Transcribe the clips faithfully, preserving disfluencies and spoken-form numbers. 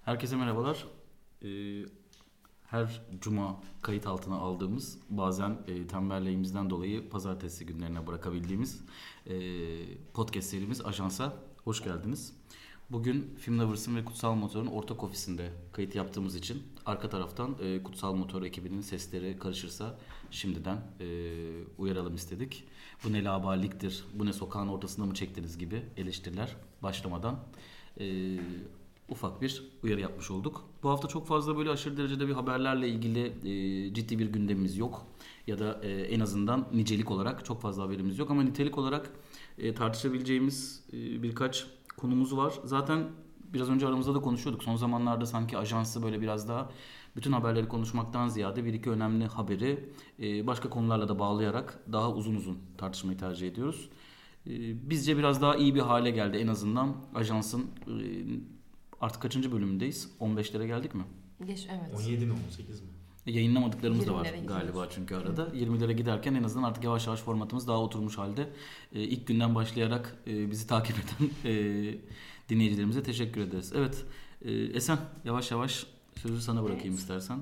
Herkese merhabalar. Ee, her cuma kayıt altına aldığımız, bazen e, tembelliğimizden dolayı pazartesi günlerine bırakabildiğimiz e, podcast serimiz Ajans'a hoş geldiniz. Bugün Film Lovers'ın ve Kutsal Motor'un ortak ofisinde kayıt yaptığımız için arka taraftan e, Kutsal Motor ekibinin sesleri karışırsa şimdiden e, uyaralım istedik. Bu ne laubaliliktir, bu ne sokağın ortasında mı çektiniz gibi eleştiriler başlamadan e, ufak bir uyarı yapmış olduk. Bu hafta çok fazla böyle aşırı derecede bir haberlerle ilgili e, ciddi bir gündemimiz yok. Ya da e, en azından nicelik olarak çok fazla haberimiz yok. Ama nitelik olarak e, tartışabileceğimiz e, birkaç konumuz var. Zaten biraz önce aramızda da konuşuyorduk. Son zamanlarda sanki ajansı böyle biraz daha bütün haberleri konuşmaktan ziyade bir iki önemli haberi e, başka konularla da bağlayarak daha uzun uzun tartışmayı tercih ediyoruz. E, bizce biraz daha iyi bir hale geldi en azından ajansın. E, Artık kaçıncı bölümündeyiz? on beşlere geldik mi? Geç, evet. on yedi mi on sekiz mi? E, Yayınlamadıklarımız da var yirmilere galiba gidiyoruz. çünkü arada. yirmilere giderken en azından artık yavaş yavaş formatımız daha oturmuş halde. E, ilk günden başlayarak e, bizi takip eden e, dinleyicilerimize teşekkür ederiz. Evet, e, Esen yavaş yavaş sözü sana bırakayım Evet. istersen.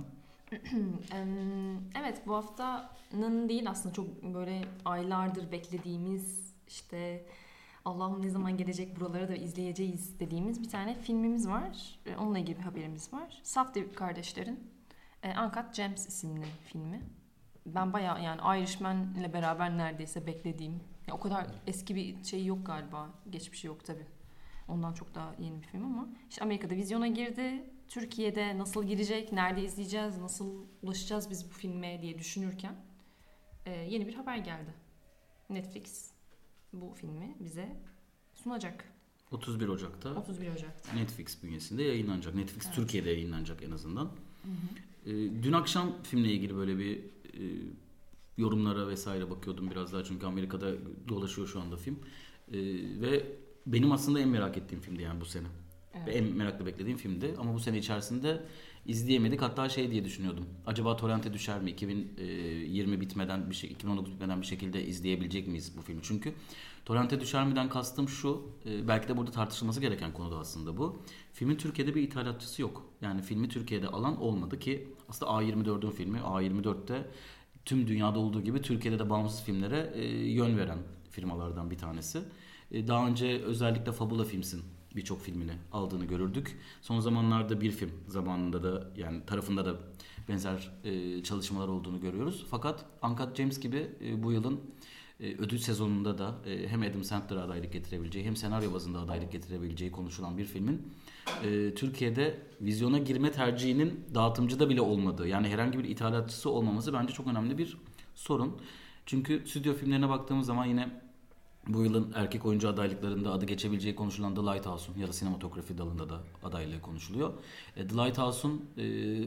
Em, Evet, bu haftanın değil aslında çok böyle aylardır beklediğimiz işte Allah'ım ne zaman gelecek buralara da izleyeceğiz dediğimiz bir tane filmimiz var. E, Onunla ilgili bir haberimiz var. Safdie kardeşlerin e, Uncut Gems isimli filmi. Ben bayağı yani Irishman ile beraber neredeyse beklediğim. Ya o kadar eski bir şey yok galiba. Geçmişi yok tabii. Ondan çok daha yeni bir film ama işte Amerika'da vizyona girdi. Türkiye'de nasıl girecek, nerede izleyeceğiz, nasıl ulaşacağız biz bu filme diye düşünürken e, yeni bir haber geldi. Netflix bu filmi bize sunacak. otuz bir Ocak'ta otuz bir Ocak'ta. Netflix bünyesinde yayınlanacak. Netflix Evet. Türkiye'de yayınlanacak en azından. Hı hı. E, dün akşam filmle ilgili böyle bir e, yorumlara vesaire bakıyordum biraz daha çünkü Amerika'da dolaşıyor şu anda film. E, ve benim aslında en merak ettiğim filmdi yani bu sene. Evet. Ve en merakla beklediğim filmdi. Ama bu sene içerisinde izleyemedik. Hatta şey diye düşünüyordum. Acaba torrente düşer mi? iki bin yirmi bitmeden bir şey, iki bin on dokuz bitmeden bir şekilde izleyebilecek miyiz bu filmi? Çünkü torrente düşer mi'den kastım şu. E, belki de burada tartışılması gereken konu da aslında bu. Filmin Türkiye'de bir ithalatçısı yok. Yani filmi Türkiye'de alan olmadı ki aslında A yirmi dört'ün filmi. A yirmi dört'te tüm dünyada olduğu gibi Türkiye'de de bağımsız filmlere e, yön veren firmalardan bir tanesi. E, daha önce özellikle Fabula Films'in birçok filmini aldığını görürdük. Son zamanlarda bir film zamanında da yani tarafında da benzer e, çalışmalar olduğunu görüyoruz. Fakat Uncut Gems gibi e, bu yılın e, ödül sezonunda da e, hem Adam Sandler'a adaylık getirebileceği hem senaryo bazında adaylık getirebileceği konuşulan bir filmin e, Türkiye'de vizyona girme tercihinin dağıtımcıda bile olmadığı yani herhangi bir ithalatçısı olmaması bence çok önemli bir sorun. Çünkü stüdyo filmlerine baktığımız zaman yine bu yılın erkek oyuncu adaylıklarında adı geçebileceği konuşulan The Lighthouse'un ya da sinematografi dalında da adaylığı konuşuluyor. E, The Lighthouse'un e,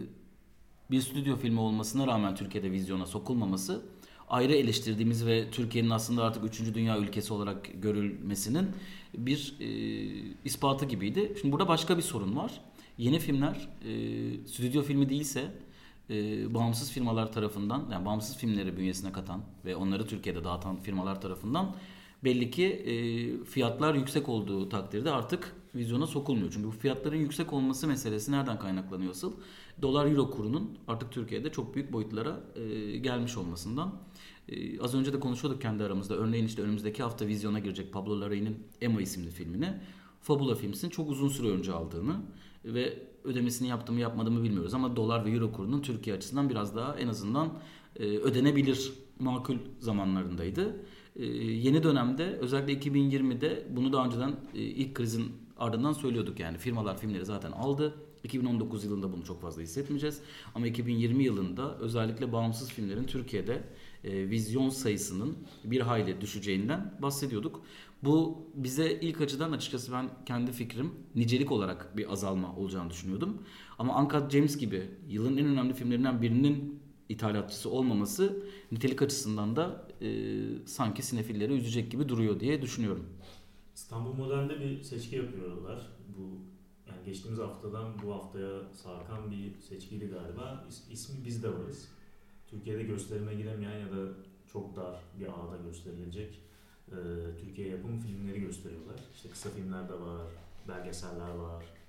bir stüdyo filmi olmasına rağmen Türkiye'de vizyona sokulmaması ayrı eleştirdiğimiz ve Türkiye'nin aslında artık üçüncü dünya ülkesi olarak görülmesinin bir e, ispatı gibiydi. Şimdi burada başka bir sorun var. Yeni filmler e, stüdyo filmi değilse e, bağımsız firmalar tarafından yani bağımsız filmleri bünyesine katan ve onları Türkiye'de dağıtan firmalar tarafından belli ki e, fiyatlar yüksek olduğu takdirde artık vizyona sokulmuyor. Çünkü bu fiyatların yüksek olması meselesi nereden kaynaklanıyor asıl? Dolar euro kurunun artık Türkiye'de çok büyük boyutlara e, gelmiş olmasından. E, az önce de konuşuyorduk kendi aramızda. Örneğin işte önümüzdeki hafta vizyona girecek Pablo Larraín'in Emma isimli filmini Fabula Films'in çok uzun süre önce aldığını ve ödemesini yaptı mı yapmadı mı bilmiyoruz. Ama dolar ve euro kurunun Türkiye açısından biraz daha en azından e, ödenebilir makul zamanlarındaydı. Ee, yeni dönemde özellikle iki bin yirmi'de bunu daha önceden e, ilk krizin ardından söylüyorduk yani firmalar filmleri zaten aldı. iki bin on dokuz yılında bunu çok fazla hissetmeyeceğiz. Ama iki bin yirmi yılında özellikle bağımsız filmlerin Türkiye'de e, vizyon sayısının bir hayli düşeceğinden bahsediyorduk. Bu bize ilk açıdan açıkçası ben kendi fikrim nicelik olarak bir azalma olacağını düşünüyordum. Ama Uncut Gems gibi yılın en önemli filmlerinden birinin ithalatçısı olmaması nitelik açısından da e, sanki sinefilleri üzecek gibi duruyor diye düşünüyorum. İstanbul Modern'de bir seçki yapıyorlar. Bu yani geçtiğimiz haftadan bu haftaya sarkan bir seçkiydi galiba. İs, ismi Biz de Varız. Türkiye'de gösterime giremeyen ya da çok dar bir ağda gösterilecek e, Türkiye yapım filmleri gösteriyorlar. İşte kısa filmler de var, belgeseller var,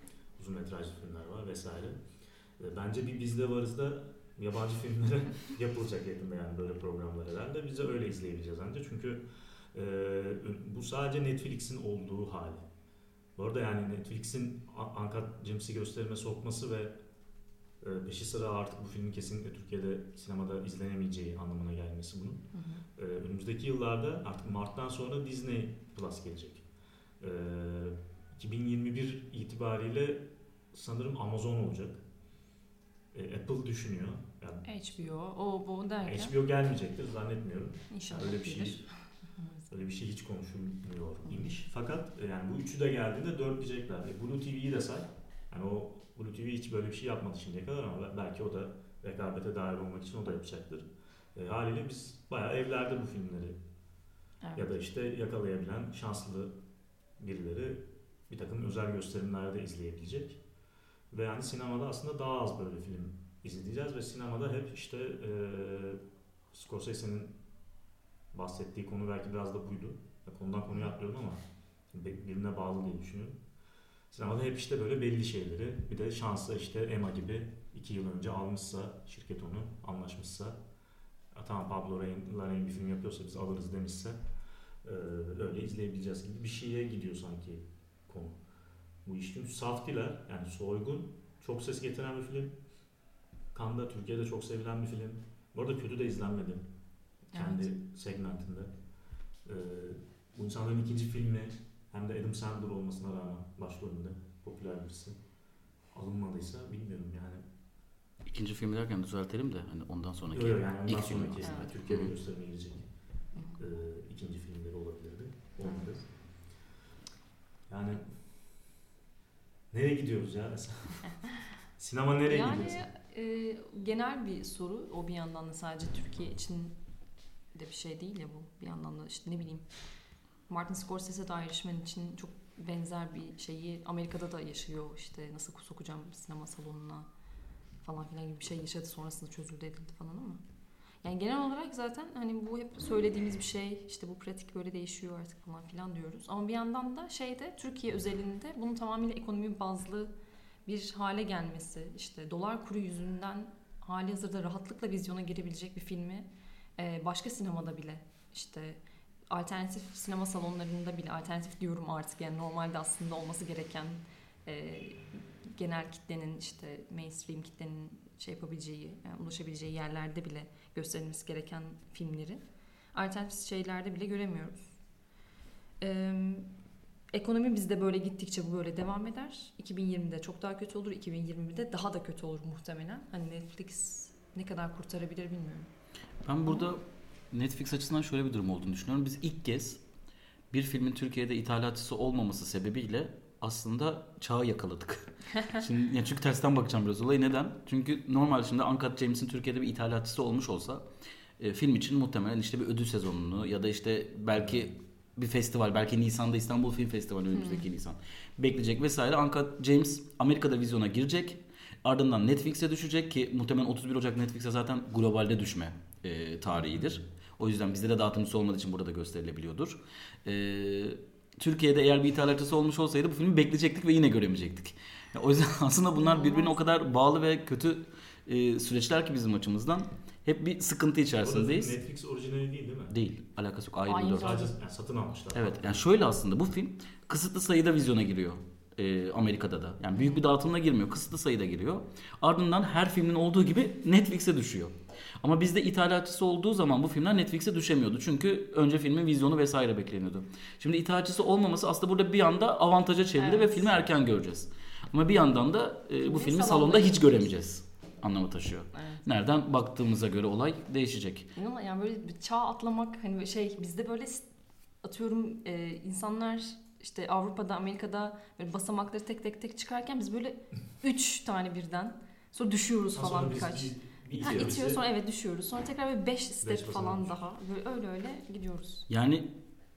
uzun metrajlı filmler var vesaire. E, bence bir Biz de Varız da yabancı filmlere yapılacak yakında yani böyle programlar herhalde. Biz de öyle izleyebileceğiz ancak çünkü e, bu sadece Netflix'in olduğu hali. Bu arada yani Netflix'in Uncut Gems'i gösterime sokması ve e, peşi sıra artık bu filmin kesinlikle Türkiye'de sinemada izlenemeyeceği anlamına gelmesi bunun. Hı hı. E, önümüzdeki yıllarda artık Mart'tan sonra Disney Plus gelecek. E, iki bin yirmi bir itibariyle sanırım Amazon olacak. E, Apple düşünüyor. Yani H B O, o bu derken. H B O gelmeyecektir zannetmiyorum. İnşallah yani öyle bir şey, öyle bir şey hiç konuşulmuyor imiş. Fakat yani bu üçü de geldiğinde dört diyecekler. E, Blue T V'yi de say. Yani o Blue T V hiç böyle bir şey yapmadı şimdiye kadar ama belki o da rekabete dahil olmak için o da yapacaktır. E, haliyle biz bayağı evlerde bu filmleri evet. ya da işte yakalayabilen şanslı birileri bir takım özel gösterimlerde izleyebilecek. Ve yani sinemada aslında daha az böyle film izleyeceğiz ve sinemada hep işte e, Scorsese'nin bahsettiği konu belki biraz da buydu. Konudan konuya atlıyorum ama birbirine bağlı diye düşünüyorum. Sinemada hep işte böyle belli şeyleri, bir de şansa işte Emma gibi iki yıl önce almışsa şirket onu, anlaşmışsa, tamam Pablo Larraín bir film yapıyorsa biz alırız demişse e, öyle izleyebileceğiz gibi bir şeye gidiyor sanki konu. Bu iş çünkü Saftiler yani Soygun çok ses getiren bir film. Kanda Türkiye'de çok sevilen bir film. Bu arada kötü de izlenmedi. Kendi evet. segmentinde. Ee, bu insanların ikinci filmi hem de Adam Sandler olmasına rağmen başrolünde popüler birisi. Alınmadıysa bilmiyorum yani. İkinci filmi derken düzeltelim de hani ondan sonraki. Yok yok yani ondan ilk sonraki film. evet. Türkiye'de gösterime girecek ee, ikinci filmleri olabilirdi. Olmadı. Yani nereye gidiyoruz ya mesela? Sinema nereye yani, gidiyoruz? Yani e, genel bir soru. O bir yandan da sadece Türkiye için de bir şey değil ya bu. Bir yandan da işte ne bileyim Martin Scorsese de Irishman için çok benzer bir şeyi Amerika'da da yaşıyor. İşte nasıl sokacağım sinema salonuna falan filan gibi bir şey yaşadı. Sonrasında çözüldü edildi falan ama. Yani genel olarak zaten hani bu hep söylediğimiz bir şey. İşte bu pratik böyle değişiyor artık falan filan diyoruz. Ama bir yandan da şeyde Türkiye özelinde bunun tamamıyla ekonomi bazlı bir hale gelmesi. İşte dolar kuru yüzünden hali hazırda rahatlıkla vizyona girebilecek bir filmi başka sinemada bile işte alternatif sinema salonlarında bile alternatif diyorum artık yani normalde aslında olması gereken e, genel kitlenin işte mainstream kitlenin şey yapabileceği yani ulaşabileceği yerlerde bile gösterilmesi gereken filmleri alternatif şeylerde bile göremiyoruz. E, ekonomi bizde böyle gittikçe bu böyle devam eder. iki bin yirmide çok daha kötü olur. iki bin yirmi birde daha da kötü olur muhtemelen. Hani Netflix ne kadar kurtarabilir bilmiyorum. Ben burada Ama... Netflix açısından şöyle bir durum olduğunu düşünüyorum. Biz ilk kez bir filmin Türkiye'de ithalatçısı olmaması sebebiyle aslında çağı yakaladık. Şimdi yani çünkü tersten bakacağım biraz olaya. Neden? Çünkü normalde şimdi Uncut Gems'in Türkiye'de bir ithalatçısı olmuş olsa e, film için muhtemelen işte bir ödül sezonunu ya da işte belki bir festival, belki Nisan'da İstanbul Film Festivali önümüzdeki hmm. Nisan bekleyecek vesaire. Uncut Gems Amerika'da vizyona girecek. Ardından Netflix'e düşecek ki muhtemelen otuz bir Ocak Netflix'e zaten globalde düşme e, tarihidir. O yüzden bizde de dağıtımcısı olmadığı için burada gösterilebiliyordur. Ee, Türkiye'de eğer bir ithalatçısı olmuş olsaydı bu filmi bekleyecektik ve yine göremeyecektik. Yani o yüzden aslında bunlar birbirine o kadar bağlı ve kötü e, süreçler ki bizim açımızdan. Hep bir sıkıntı içerisindeyiz. Netflix orijinali değil değil mi? Değil. Alakası yok. Ayrı Aynı dört. Sadece yani satın almışlar. Evet. Yani şöyle aslında bu film kısıtlı sayıda vizyona giriyor. E, Amerika'da da. Yani büyük bir dağıtımla girmiyor. Kısıtlı sayıda giriyor. Ardından her filmin olduğu gibi Netflix'e düşüyor. Ama bizde ithalatçısı olduğu zaman bu filmler Netflix'e düşemiyordu. Çünkü önce filmin vizyonu vesaire bekleniyordu. Şimdi ithalatçısı olmaması aslında burada bir anda avantaja çevrildi evet. Ve filmi erken göreceğiz. Ama bir yandan da e, bu filmi salonda, salonda hiç göremeyeceğiz anlamı taşıyor. Evet. Nereden baktığımıza göre olay değişecek. Yani böyle bir çağ atlamak hani şey bizde böyle atıyorum e, insanlar işte Avrupa'da, Amerika'da böyle basamakları tek tek tek çıkarken biz böyle üç tane birden sonra düşüyoruz falan sonra birkaç. Bir, ha, itiyor sonra evet düşüyoruz. Sonra tekrar böyle beş step falan düşüyor. Daha. Böyle öyle öyle gidiyoruz. Yani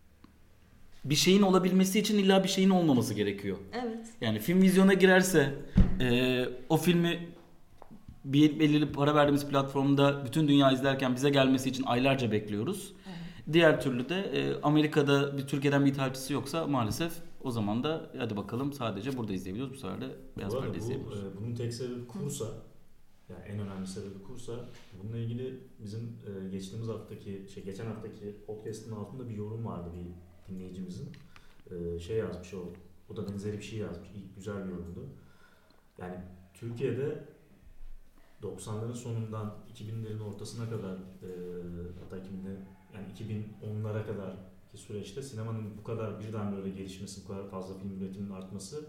bir şeyin olabilmesi için illa bir şeyin olmaması gerekiyor. Evet. Yani film vizyona girerse e, o filmi bir belirli para verdiğimiz platformda bütün dünya izlerken bize gelmesi için aylarca bekliyoruz. Evet. Diğer türlü de e, Amerika'da bir Türkiye'den bir ithalatçısı yoksa maalesef O zaman da hadi bakalım sadece burada izleyebiliyoruz. Bu sefer de Beyaz Bu arada Perde bu, izleyebiliyoruz. e, bunun tek sebebi kursa, yani en önemli sebebi kursa, bununla ilgili bizim e, geçtiğimiz haftaki, şey geçen haftaki podcast'ın altında bir yorum vardı bir dinleyicimizin. E, şey yazmış o, o da benzeri bir şey yazmış. İyi, güzel bir yorumdu. Yani Türkiye'de doksanların sonundan iki binlerin ortasına kadar, e, hatta iki binler, yani iki bin onlara kadar ki süreçte sinemanın bu kadar birden böyle gelişmesi, bu kadar fazla film üretiminin artması,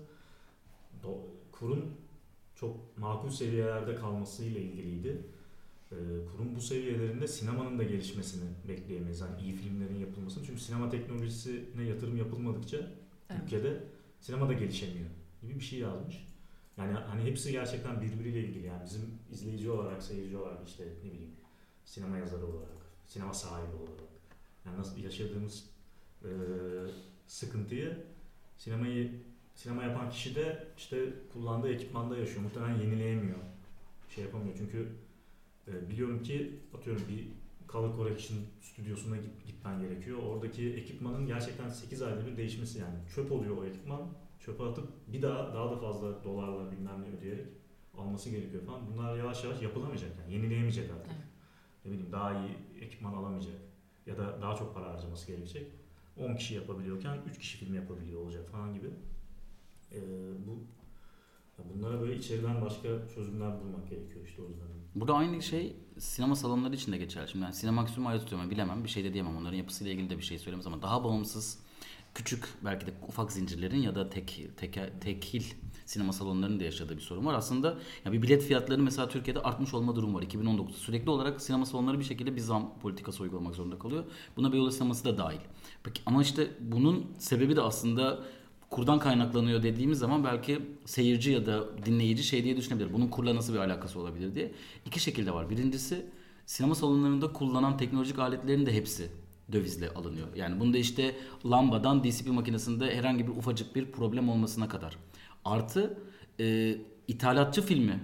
do, kurun çok makul seviyelerde kalmasıyla ilgiliydi. Ee, kurum bu seviyelerinde sinemanın da gelişmesini bekleyemeyiz. Yani iyi filmlerin yapılmasını. Çünkü sinema teknolojisine yatırım yapılmadıkça Evet. ülkede sinema da gelişemiyor gibi bir şey yazmış. Yani hani hepsi gerçekten birbiriyle ilgili. Yani bizim izleyici olarak, seyirci olarak, işte ne bileyim, sinema yazarı olarak, sinema sahibi olarak, yani nasıl yaşadığımız e, sıkıntıyı sinemayı sinema yapan kişi de işte kullandığı ekipmanda yaşıyor. Muhtemelen yenileyemiyor. Şey yapamıyor. Çünkü e, biliyorum ki atıyorum bir color correction stüdyosuna git, gitmen gerekiyor. Oradaki ekipmanın gerçekten sekiz ayda bir değişmesi, yani çöp oluyor o ekipman. Çöpe atıp bir daha daha da fazla dolarla bilmem ne ödeyerek alması gerekiyor falan. Bunlar yavaş yavaş yapılamayacak, yani yenileyemeyecek artık. Evet. Ne bileyim, daha iyi ekipman alamayacak ya da daha çok para harcaması gerekecek. on kişi yapabiliyorken üç kişi film yapabiliyor olacak falan gibi. Ee, bu bunlara böyle içeriden başka çözümler bulmak gerekiyor işte, o yüzden. Burada aynı şey sinema salonları için de geçerli. Şimdi ben Sinemaksimum'u ayrı tutuyorum. Bilemem, bir şey de diyemem. Onların yapısıyla ilgili de bir şey söylemez ama daha bağımsız, küçük, belki de ufak zincirlerin ya da tek, tek tekil sinema salonlarının da yaşadığı bir sorun var. Aslında ya bir bilet fiyatları mesela Türkiye'de artmış olma durumu var. iki bin on dokuzda sürekli olarak sinema salonları bir şekilde bir zam politikası uygulamak zorunda kalıyor. Buna Beyoğlu sineması da dahil. Peki, ama işte bunun sebebi de aslında kurdan kaynaklanıyor dediğimiz zaman belki seyirci ya da dinleyici şey diye düşünebilir. Bunun kurla nasıl bir alakası olabilir diye. İki şekilde var. Birincisi, sinema salonlarında kullanılan teknolojik aletlerin de hepsi dövizle alınıyor. Yani bunda işte lambadan D C P makinesinde herhangi bir ufacık bir problem olmasına kadar. Artı e, ithalatçı filmi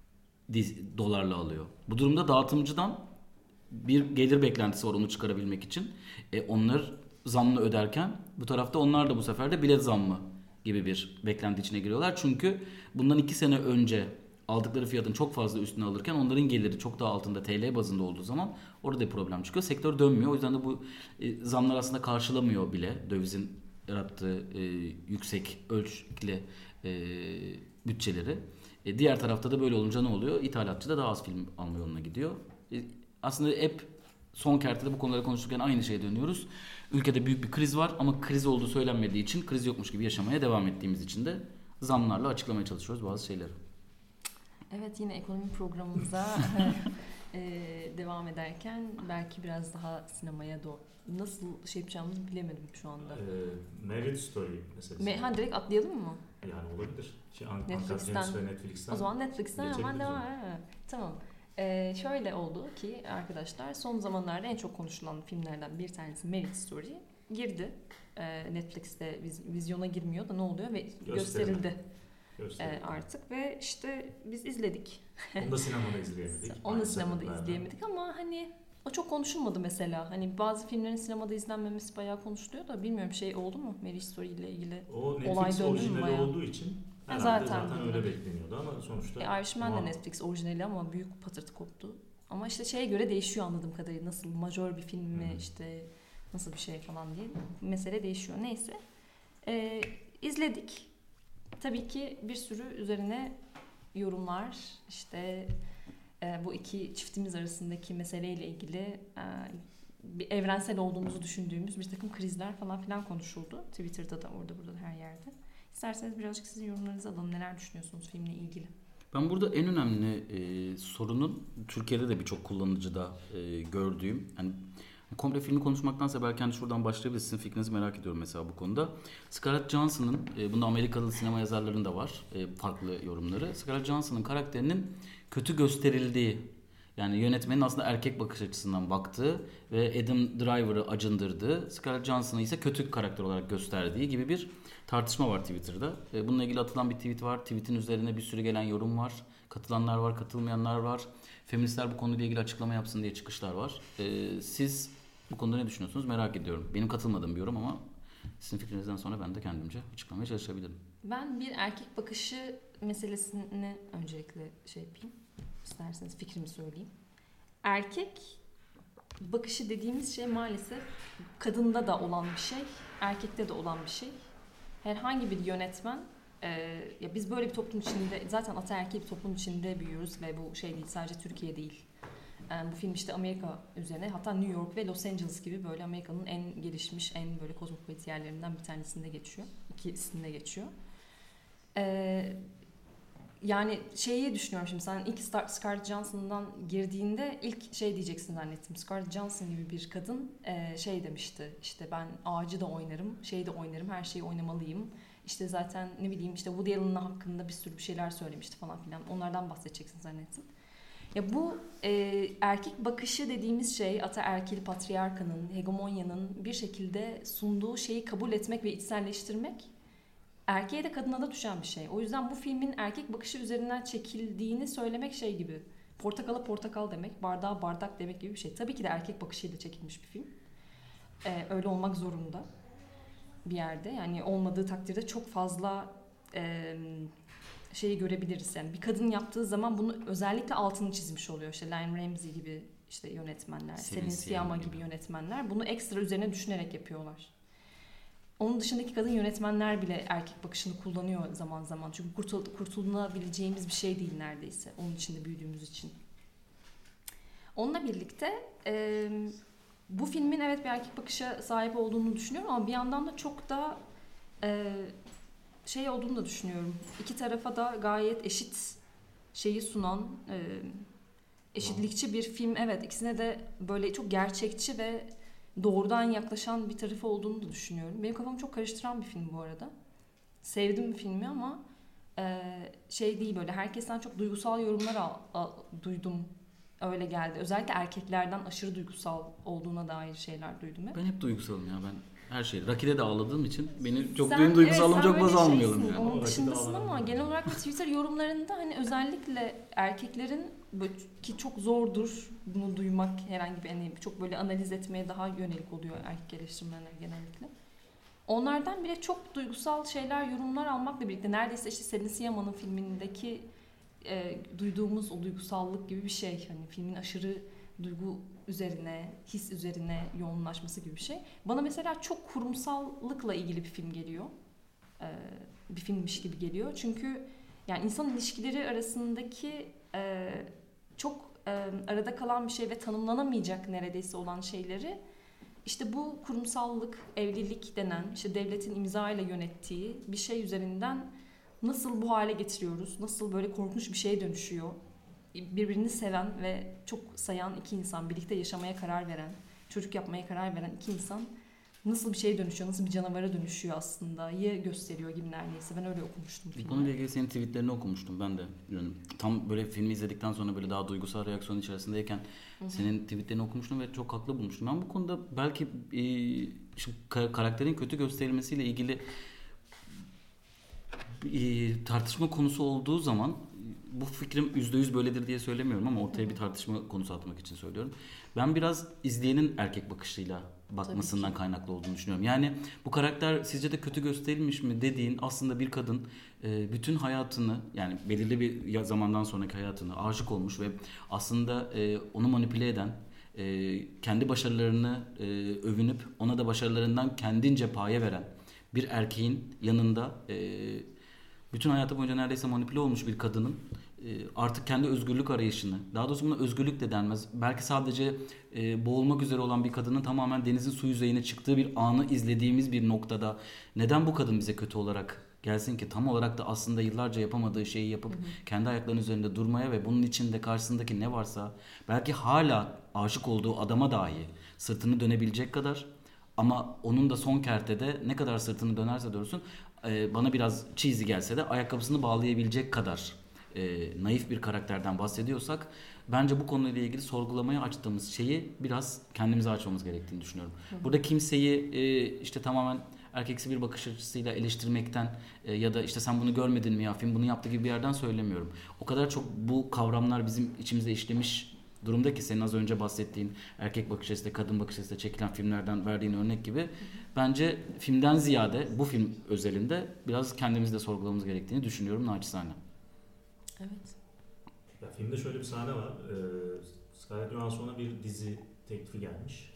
dolarla alıyor. Bu durumda dağıtımcıdan bir gelir beklentisi var onu çıkarabilmek için. E, onlar zamlı öderken bu tarafta onlar da bu sefer de bilet zammı gibi bir beklenti içine giriyorlar. Çünkü bundan iki sene önce aldıkları fiyatın çok fazla üstüne alırken onların geliri çok daha altında T L bazında olduğu zaman orada bir problem çıkıyor. Sektör dönmüyor. O yüzden de bu e, zamlar aslında karşılamıyor bile dövizin yarattığı e, yüksek ölçekli e, bütçeleri. E, diğer tarafta da böyle olunca ne oluyor? İthalatçı da daha az film alma yoluna gidiyor. E, aslında hep son kertede bu konuları konuşurken aynı şeye dönüyoruz. Ülkede büyük bir kriz var ama kriz olduğu söylenmediği için, kriz yokmuş gibi yaşamaya devam ettiğimiz için de zamlarla açıklamaya çalışıyoruz bazı şeyleri. Evet, yine ekonomi programımıza e, devam ederken belki biraz daha sinemaya doğru nasıl şey yapacağımızı bilemedim şu anda. Ee, Marriage Story meselesi. Me- ha, direkt atlayalım mı? Yani olabilir. Şey, An- Netflix'ten. Uncut Gems ve Netflix'ten. O zaman Netflix'ten hemen geçebiliriz devam onu. edelim. Tamam. Ee, şöyle oldu ki arkadaşlar, son zamanlarda en çok konuşulan filmlerden bir tanesi Marriage Story girdi. Ee, Netflix'te viz- vizyona girmiyor da ne oluyor ve gösterildi Gösterildi. ee, artık ve işte biz izledik. Onu da sinemada izleyemedik. Onu da Aynı sinemada sebeplerden. izleyemedik ama hani o çok konuşulmadı mesela. Hani bazı filmlerin sinemada izlenmemesi bayağı konuşuluyor da bilmiyorum, şey oldu mu Marriage Story ile ilgili? O Olay Netflix döndü mü orijinali bayağı? olduğu için Ha, herhalde zaten zaten, öyle bekleniyordu ama sonuçta. E, Irishman de Tamam. Netflix orijinali ama büyük patırtı koptu. Ama işte şeye göre değişiyor anladığım kadarıyla. Nasıl majör bir film mi, Hı. işte nasıl bir şey falan diye mesele değişiyor. Neyse. Ee, izledik. Tabii ki bir sürü üzerine yorumlar, işte e, bu iki çiftimiz arasındaki meseleyle ilgili e, bir evrensel olduğumuzu düşündüğümüz bir takım krizler falan filan konuşuldu. Twitter'da da, orada burada da, her yerde. İsterseniz birazcık sizin yorumlarınızı alalım. Neler düşünüyorsunuz filmle ilgili? Ben burada en önemli e, sorunun Türkiye'de de birçok kullanıcıda e, gördüğüm, yani komple filmi konuşmaktansa belki hani şuradan başlayabiliriz. Sizin fikrinizi merak ediyorum mesela bu konuda. Scarlett Johansson'ın, e, bunda Amerikalı sinema yazarlarının da var e, farklı yorumları. Scarlett Johansson'ın karakterinin kötü gösterildiği, yani yönetmenin aslında erkek bakış açısından baktığı ve Adam Driver'ı acındırdığı, Scarlett Johansson'ı ise kötü karakter olarak gösterdiği gibi bir tartışma var Twitter'da. E, bununla ilgili atılan bir tweet var. Tweet'in üzerine bir sürü gelen yorum var. Katılanlar var, katılmayanlar var. Feministler bu konuyla ilgili açıklama yapsın diye çıkışlar var. E, siz bu konuda ne düşünüyorsunuz merak ediyorum. Benim katılmadığım bir yorum ama Sizin fikrinizden sonra ben de kendimce açıklamaya çalışabilirim. Ben bir erkek bakışı meselesini öncelikle şey yapayım. İsterseniz fikrimi söyleyeyim. Erkek bakışı dediğimiz şey maalesef kadında da olan bir şey, erkekte de olan bir şey. Herhangi bir yönetmen, e, ya biz böyle bir toplum içinde, zaten ataerkil bir toplum içinde büyüyoruz ve bu şey değil, sadece Türkiye değil. Yani bu film işte Amerika üzerine, hatta New York ve Los Angeles gibi böyle Amerika'nın en gelişmiş, en böyle kozmopolit yerlerinden bir tanesinde geçiyor. İkisinde geçiyor. Ee, yani şeyi düşünüyorum şimdi, sen ilk Scarlett Johansson'dan girdiğinde ilk şey diyeceksin zannettim. Scarlett Johansson gibi bir kadın e, şey demişti, işte ben ağacı da oynarım, şeyi de oynarım, her şeyi oynamalıyım. İşte zaten ne bileyim işte Woody Allen hakkında bir sürü bir şeyler söylemişti falan filan. Onlardan bahsedeceksin zannettim. Ya bu e, erkek bakışı dediğimiz şey, ataerkil patriarkanın, hegemonyanın bir şekilde sunduğu şeyi kabul etmek ve içselleştirmek erkeğe de kadına da düşen bir şey. O yüzden bu filmin erkek bakışı üzerinden çekildiğini söylemek şey gibi. Portakala portakal demek, bardağa bardak demek gibi bir şey. Tabii ki de erkek bakışıyla çekilmiş bir film. Ee, öyle olmak zorunda bir yerde. Yani olmadığı takdirde çok fazla e, şeyi görebiliriz. Yani bir kadın yaptığı zaman bunu özellikle altını çizmiş oluyor. İşte Lynne Ramsey gibi işte yönetmenler, Celine Sciamma gibi yönetmenler bunu ekstra üzerine düşünerek yapıyorlar. Onun dışındaki kadın yönetmenler bile erkek bakışını kullanıyor zaman zaman. Çünkü kurtul- kurtulunabileceğimiz bir şey değil neredeyse. Onun içinde büyüdüğümüz için. Onunla birlikte e, bu filmin evet bir erkek bakışa sahip olduğunu düşünüyorum ama bir yandan da çok da e, şey olduğunu da düşünüyorum. İki tarafa da gayet eşit şeyi sunan, e, eşitlikçi bir film. Evet, ikisine de böyle çok gerçekçi ve doğrudan yaklaşan bir tarafı olduğunu da düşünüyorum. Benim kafamı çok karıştıran bir film bu arada. Sevdim filmi ama e, şey değil, böyle herkesten çok duygusal yorumlar al, al, duydum. Öyle geldi. Özellikle erkeklerden aşırı duygusal olduğuna dair şeyler duydum hep. Ben hep duygusalım ya, ben her şeyde. Rocky'de de ağladığım için beni çok sen, benim duygusallığımı evet, çok baz almayalım şeysin, yani. onun dışındasın ama genel olarak Twitter yorumlarında hani özellikle erkeklerin böyle, ki çok zordur bunu duymak, herhangi bir hani çok böyle analiz etmeye daha yönelik oluyor erkek eleştirmenler genellikle. Onlardan bile çok duygusal şeyler, yorumlar almakla birlikte neredeyse işte Celine Sciamma'nın filmindeki e, duyduğumuz o duygusallık gibi bir şey. Hani filmin aşırı duygu üzerine, his üzerine yoğunlaşması gibi bir şey. Bana mesela çok kurumsallıkla ilgili bir film geliyor. Ee, bir filmmiş gibi geliyor. Çünkü yani insan ilişkileri arasındaki e, çok e, arada kalan bir şey ve tanımlanamayacak neredeyse olan şeyleri işte bu kurumsallık, evlilik denen işte devletin imza ile yönettiği bir şey üzerinden nasıl bu hale getiriyoruz? Nasıl böyle korkunç bir şeye dönüşüyor? Birbirini seven ve çok sayan iki insan, birlikte yaşamaya karar veren, çocuk yapmaya karar veren iki insan nasıl bir şeye dönüşüyor, nasıl bir canavara dönüşüyor aslında iyi gösteriyor gibi neredeyse. Ben öyle okumuştum filmi. Bu konuyla ilgili senin tweetlerini okumuştum ben de. Yani tam böyle filmi izledikten sonra böyle daha duygusal reaksiyon içerisindeyken Hı-hı. senin tweetlerini okumuştum ve çok haklı bulmuştum. Ben bu konuda belki e, şu karakterin kötü gösterilmesiyle ilgili e, tartışma konusu olduğu zaman, bu fikrim yüzde yüz böyledir diye söylemiyorum ama ortaya bir tartışma konusu atmak için söylüyorum. Ben biraz izleyenin erkek bakışıyla bakmasından kaynaklı olduğunu düşünüyorum. Yani bu karakter sizce de kötü gösterilmiş mi dediğin, aslında bir kadın bütün hayatını, yani belirli bir zamandan sonraki hayatını aşık olmuş ve aslında onu manipüle eden, kendi başarılarını övünüp ona da başarılarından kendince paye veren bir erkeğin yanında bütün hayatı boyunca neredeyse manipüle olmuş bir kadının artık kendi özgürlük arayışını, daha doğrusu buna özgürlük de denmez, belki sadece e, boğulmak üzere olan bir kadının tamamen denizin su yüzeyine çıktığı bir anı izlediğimiz bir noktada neden bu kadın bize kötü olarak gelsin ki? Tam olarak da aslında yıllarca yapamadığı şeyi yapıp hı hı. kendi ayaklarının üzerinde durmaya ve bunun içinde karşısındaki ne varsa, belki hala aşık olduğu adama dahi sırtını dönebilecek kadar, ama onun da son kertede ne kadar sırtını dönerse dönsün, e, bana biraz cheesy gelse de ayakkabısını bağlayabilecek kadar E, naif bir karakterden bahsediyorsak, bence bu konuyla ilgili sorgulamaya açtığımız şeyi biraz kendimize açmamız gerektiğini düşünüyorum. Hı hı. Burada kimseyi e, işte tamamen erkeksi bir bakış açısıyla eleştirmekten e, ya da işte sen bunu görmedin mi ya, film bunu yaptı gibi bir yerden söylemiyorum. O kadar çok bu kavramlar bizim içimize işlemiş durumda ki senin az önce bahsettiğin erkek bakış açısıyla kadın bakış açısıyla çekilen filmlerden verdiğin örnek gibi bence filmden ziyade bu film özelinde biraz kendimizi de sorgulamamız gerektiğini düşünüyorum naçizane. Evet. Ya filmde şöyle bir sahne var. Ee, Scarlett Johansson'a bir dizi teklifi gelmiş.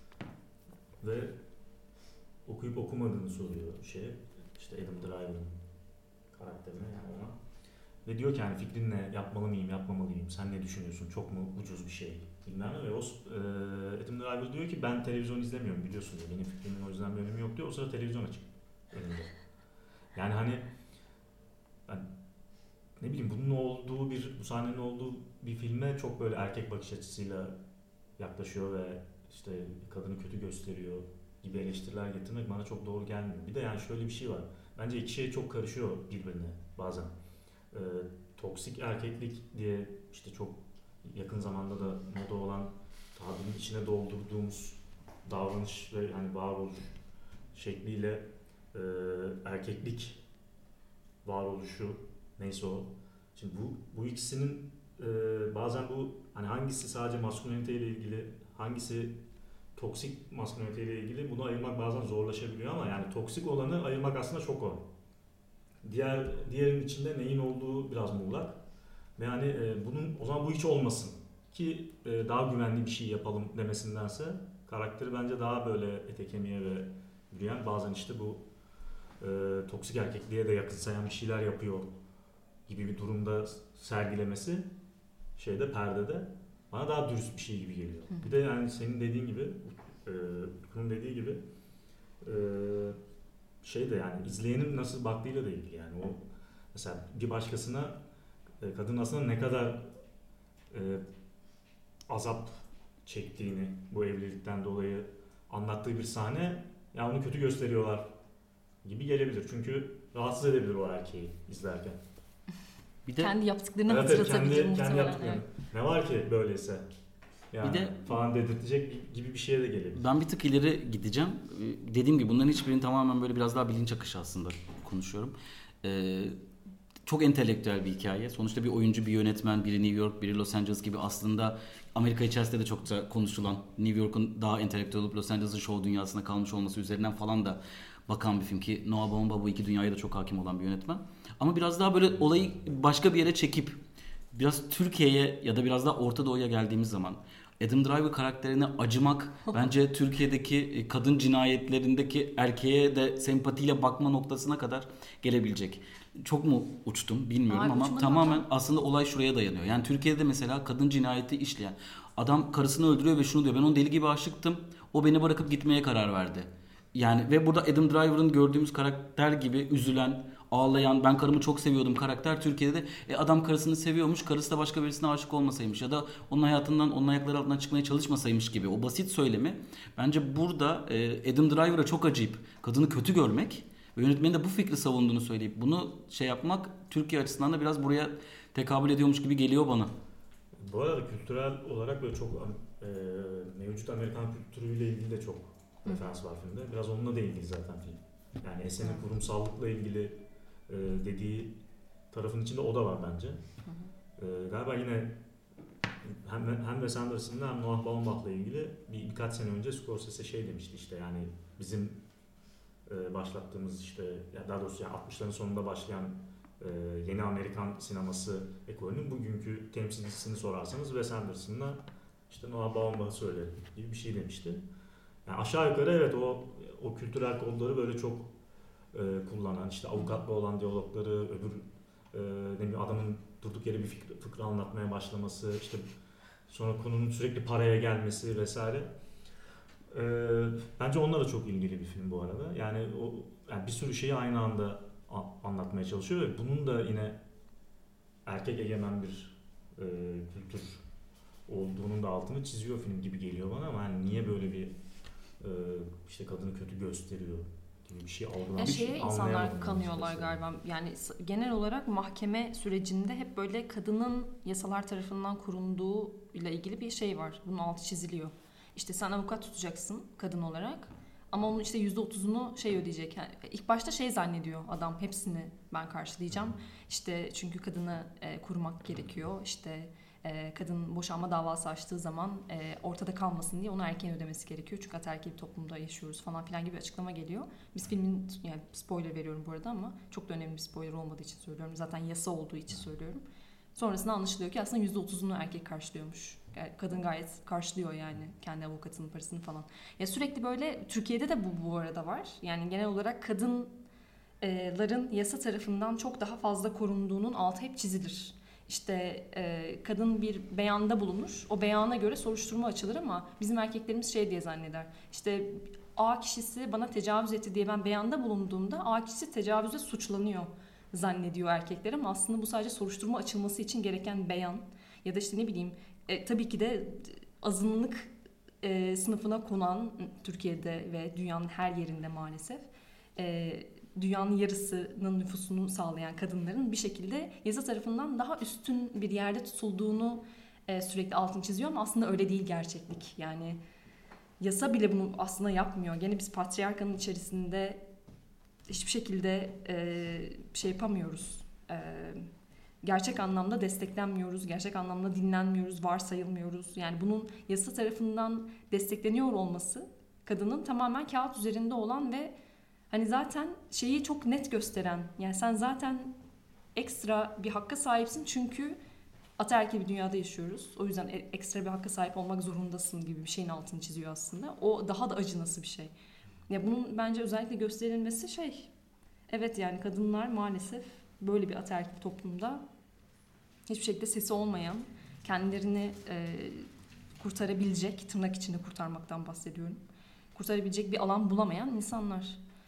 Ve okuyup okumadığını soruyor şey. İşte Adam Driver'ın karakterine yani ona. Ve diyor ki yani fikrin ne? Yapmalı mıyım, yapmamalı mıyım? Sen ne düşünüyorsun? Çok mu ucuz bir şey? Bilmem ne. Ve o e, Adam Driver diyor ki ben televizyon izlemiyorum biliyorsun diyor. Benim fikrimin o yüzden bir önemi yok diyor. O sırada televizyon açık önünde. Yani hani ben, ne bileyim bunun olduğu bir, bu sahnenin olduğu bir filme çok böyle erkek bakış açısıyla yaklaşıyor ve işte kadını kötü gösteriyor gibi eleştiriler getirmek bana çok doğru gelmiyor. Bir de yani şöyle bir şey var. Bence iki şey çok karışıyor birbirine bazen. Ee, toksik erkeklik diye işte çok yakın zamanda da moda olan tabirin içine doldurduğumuz davranış ve hani varoluş şekliyle e, erkeklik varoluşu neyse o. Şimdi bu bu ikisinin e, bazen bu hani hangisi sadece maskülenite ile ilgili, hangisi toksik maskülenite ile ilgili bunu ayırmak bazen zorlaşabiliyor ama yani toksik olanı ayırmak aslında çok kolay. Diğer diğerinin içinde neyin olduğu biraz muğlak. Ve hani e, bunun o zaman bu hiç olmasın ki e, daha güvenli bir şey yapalım demesindense karakteri bence daha böyle ete kemiğe ve yürüyen bazen işte bu e, toksik erkekliğe de yakınsayan bir şeyler yapıyor gibi bir durumda sergilemesi şeyde perdede bana daha dürüst bir şey gibi geliyor. Hı. Bir de yani senin dediğin gibi e, Utku'nun dediği gibi e, şey de yani izleyenin nasıl baktığıyla da ilgili yani o mesela bir başkasına e, kadın aslında ne kadar e, azap çektiğini bu evlilikten dolayı anlattığı bir sahne ya onu kötü gösteriyorlar gibi gelebilir. Çünkü rahatsız edebilir o erkeği izlerken. Bir de kendi yaptıklarını evet, hatırlatabilir kendi, muhtemelen. Kendi yaptıklarını. Evet. Ne var ki böyleyse? Yani bir de falan dedirtecek gibi bir şeye de gelebilir. Ben bir tık ileri gideceğim. Dediğim gibi bunların hiçbirini tamamen böyle biraz daha bilinç akışı aslında konuşuyorum. Ee, çok entelektüel bir hikaye. Sonuçta bir oyuncu, bir yönetmen, biri New York, biri Los Angeles gibi aslında Amerika içerisinde de çokça konuşulan, New York'un daha entelektüel olup Los Angeles'ın show dünyasına kalmış olması üzerinden falan da bakan bir film ki Noah Baumbach bu iki dünyaya da çok hakim olan bir yönetmen. Ama biraz daha böyle olayı başka bir yere çekip biraz Türkiye'ye ya da biraz daha Orta Doğu'ya geldiğimiz zaman Adam Driver karakterine acımak bence Türkiye'deki kadın cinayetlerindeki erkeğe de sempatiyle bakma noktasına kadar gelebilecek. Çok mu uçtum bilmiyorum Abi, ama tamamen hocam. Aslında olay şuraya dayanıyor. Yani Türkiye'de mesela kadın cinayeti işleyen adam karısını öldürüyor ve şunu diyor: ben onu deli gibi aşıktım. O beni bırakıp gitmeye karar verdi. Yani ve burada Adam Driver'ın gördüğümüz karakter gibi üzülen, ağlayan, ben karımı çok seviyordum karakter Türkiye'de de e, adam karısını seviyormuş, karısı da başka birisine aşık olmasaymış ya da onun hayatından, onun ayakları altından çıkmaya çalışmasaymış gibi o basit söylemi bence burada e, Adam Driver'a çok acıyıp kadını kötü görmek ve yönetmenin de bu fikri savunduğunu söyleyip bunu şey yapmak Türkiye açısından da biraz buraya tekabül ediyormuş gibi geliyor bana. Bu arada kültürel olarak böyle çok e, mevcut Amerikan kültürüyle ilgili de çok referans var filmde. Biraz onunla da ilgili zaten film. Yani Esen'in kurumsallıkla ilgili e, dediği tarafın içinde o da var bence. E, galiba yine hem, hem Wes Anderson'la hem Noah Baumbach'la ilgili bir, birkaç sene önce Scorsese şey demişti işte yani bizim e, başlattığımız işte ya daha doğrusu yani altmışların sonunda başlayan e, yeni Amerikan sineması ekolünün bugünkü temsilcisini sorarsanız Wes Anderson'la işte Noah Baumbach'ı söylerim gibi bir şey demişti. Yani aşağı yukarı evet o o kültürel kodları böyle çok e, kullanan işte avukatla olan diyalogları, öbür e, ne bileyim adamın durduk yere bir fikri, fıkra anlatmaya başlaması, işte sonra konunun sürekli paraya gelmesi vesaire. E, bence onunla da çok ilgili bir film bu arada. Yani o yani bir sürü şeyi aynı anda a, anlatmaya çalışıyor ve bunun da yine erkek egemen bir e, kültür olduğunun da altını çiziyor film gibi geliyor bana ama yani niye böyle bir işte kadını kötü gösteriyor gibi bir şey algılamış. Ya şeye insanlar kanıyorlar galiba. Yani genel olarak mahkeme sürecinde hep böyle kadının yasalar tarafından korunduğu ile ilgili bir şey var. Bunun altı çiziliyor. İşte sen avukat tutacaksın kadın olarak ama onun işte yüzde otuzunu şey ödeyecek. Yani ilk başta şey zannediyor adam, hepsini ben karşılayacağım. İşte çünkü kadını e, korumak gerekiyor. İşte e, kadın boşanma davası açtığı zaman e, ortada kalmasın diye onu erkeğin ödemesi gerekiyor. Çünkü ataerkil bir toplumda yaşıyoruz falan filan gibi bir açıklama geliyor. Biz filmin, yani spoiler veriyorum bu arada ama çok da önemli bir spoiler olmadığı için söylüyorum. Zaten yasa olduğu için söylüyorum. Sonrasında anlaşılıyor ki aslında yüzde otuzunu erkek karşılıyormuş. Yani kadın gayet karşılıyor yani kendi avukatının parasını falan. Ya sürekli böyle Türkiye'de de bu bu arada var. Yani genel olarak kadınların yasa tarafından çok daha fazla korunduğunun altı hep çizilir. İşte e, kadın bir beyanda bulunur. O beyana göre soruşturma açılır ama bizim erkeklerimiz şey diye zanneder. İşte A kişisi bana tecavüz etti diye ben beyanda bulunduğumda A kişisi tecavüze suçlanıyor zannediyor erkekler ama aslında bu sadece soruşturma açılması için gereken beyan ya da işte ne bileyim e, tabii ki de azınlık e, sınıfına konan Türkiye'de ve dünyanın her yerinde maalesef e, dünyanın yarısının nüfusunu sağlayan kadınların bir şekilde yasa tarafından daha üstün bir yerde tutulduğunu e, sürekli altını çiziyor ama aslında öyle değil gerçeklik. Yani yasa bile bunu aslında yapmıyor. Gene biz patriarkanın içerisinde hiçbir şekilde e, şey yapamıyoruz. E, gerçek anlamda desteklenmiyoruz, gerçek anlamda dinlenmiyoruz, varsayılmıyoruz. Yani bunun yasa tarafından destekleniyor olması kadının tamamen kağıt üzerinde olan ve hani zaten şeyi çok net gösteren, yani sen zaten ekstra bir hakka sahipsin çünkü ataerkil bir dünyada yaşıyoruz. O yüzden ekstra bir hakka sahip olmak zorundasın gibi bir şeyin altını çiziyor aslında. O daha da acınası bir şey. Ya bunun bence özellikle gösterilmesi şey, evet yani kadınlar maalesef böyle bir ataerkil toplumda hiçbir şekilde sesi olmayan, kendilerini e, kurtarabilecek, tırnak içinde kurtarmaktan bahsediyorum, kurtarabilecek bir alan bulamayan insanlara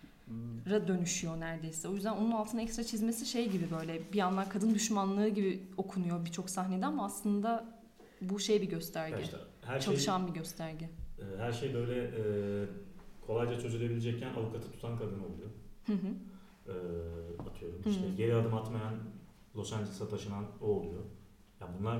dönüşüyor neredeyse. O yüzden onun altına ekstra çizmesi şey gibi, böyle bir yandan kadın düşmanlığı gibi okunuyor birçok sahnede ama aslında bu şey bir gösterge. İşte her çalışan şey, bir gösterge. Her şey böyle e, kolayca çözülebilecekken avukatı tutan kadın oluyor. Hı hı. E, atıyorum. Hı hı. İşte geri adım atmayan, Los Angeles'a taşınan o oluyor. Ya bunlar